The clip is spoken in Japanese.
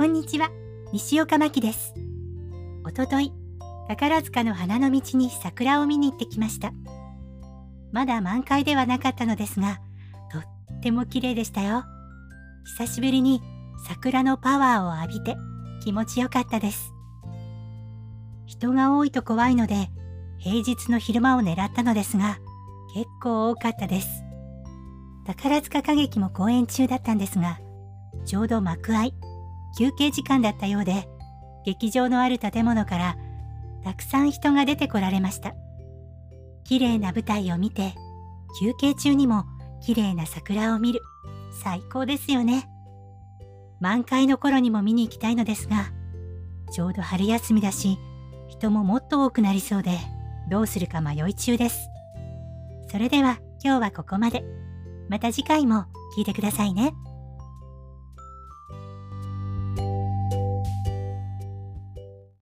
こんにちは、西岡真希です。おととい、宝塚の花の道に桜を見に行ってきました。まだ満開ではなかったのですが、とっても綺麗でしたよ。久しぶりに桜のパワーを浴びて気持ちよかったです。人が多いと怖いので、平日の昼間を狙ったのですが、結構多かったです。宝塚歌劇も公演中だったんですが、ちょうど幕開、休憩時間だったようで、劇場のある建物からたくさん人が出てこられました。綺麗な舞台を見て、休憩中にも綺麗な桜を見る。最高ですよね。満開の頃にも見に行きたいのですが、ちょうど春休みだし、人ももっと多くなりそうで、どうするか迷い中です。それでは今日はここまで。また次回も聞いてくださいね。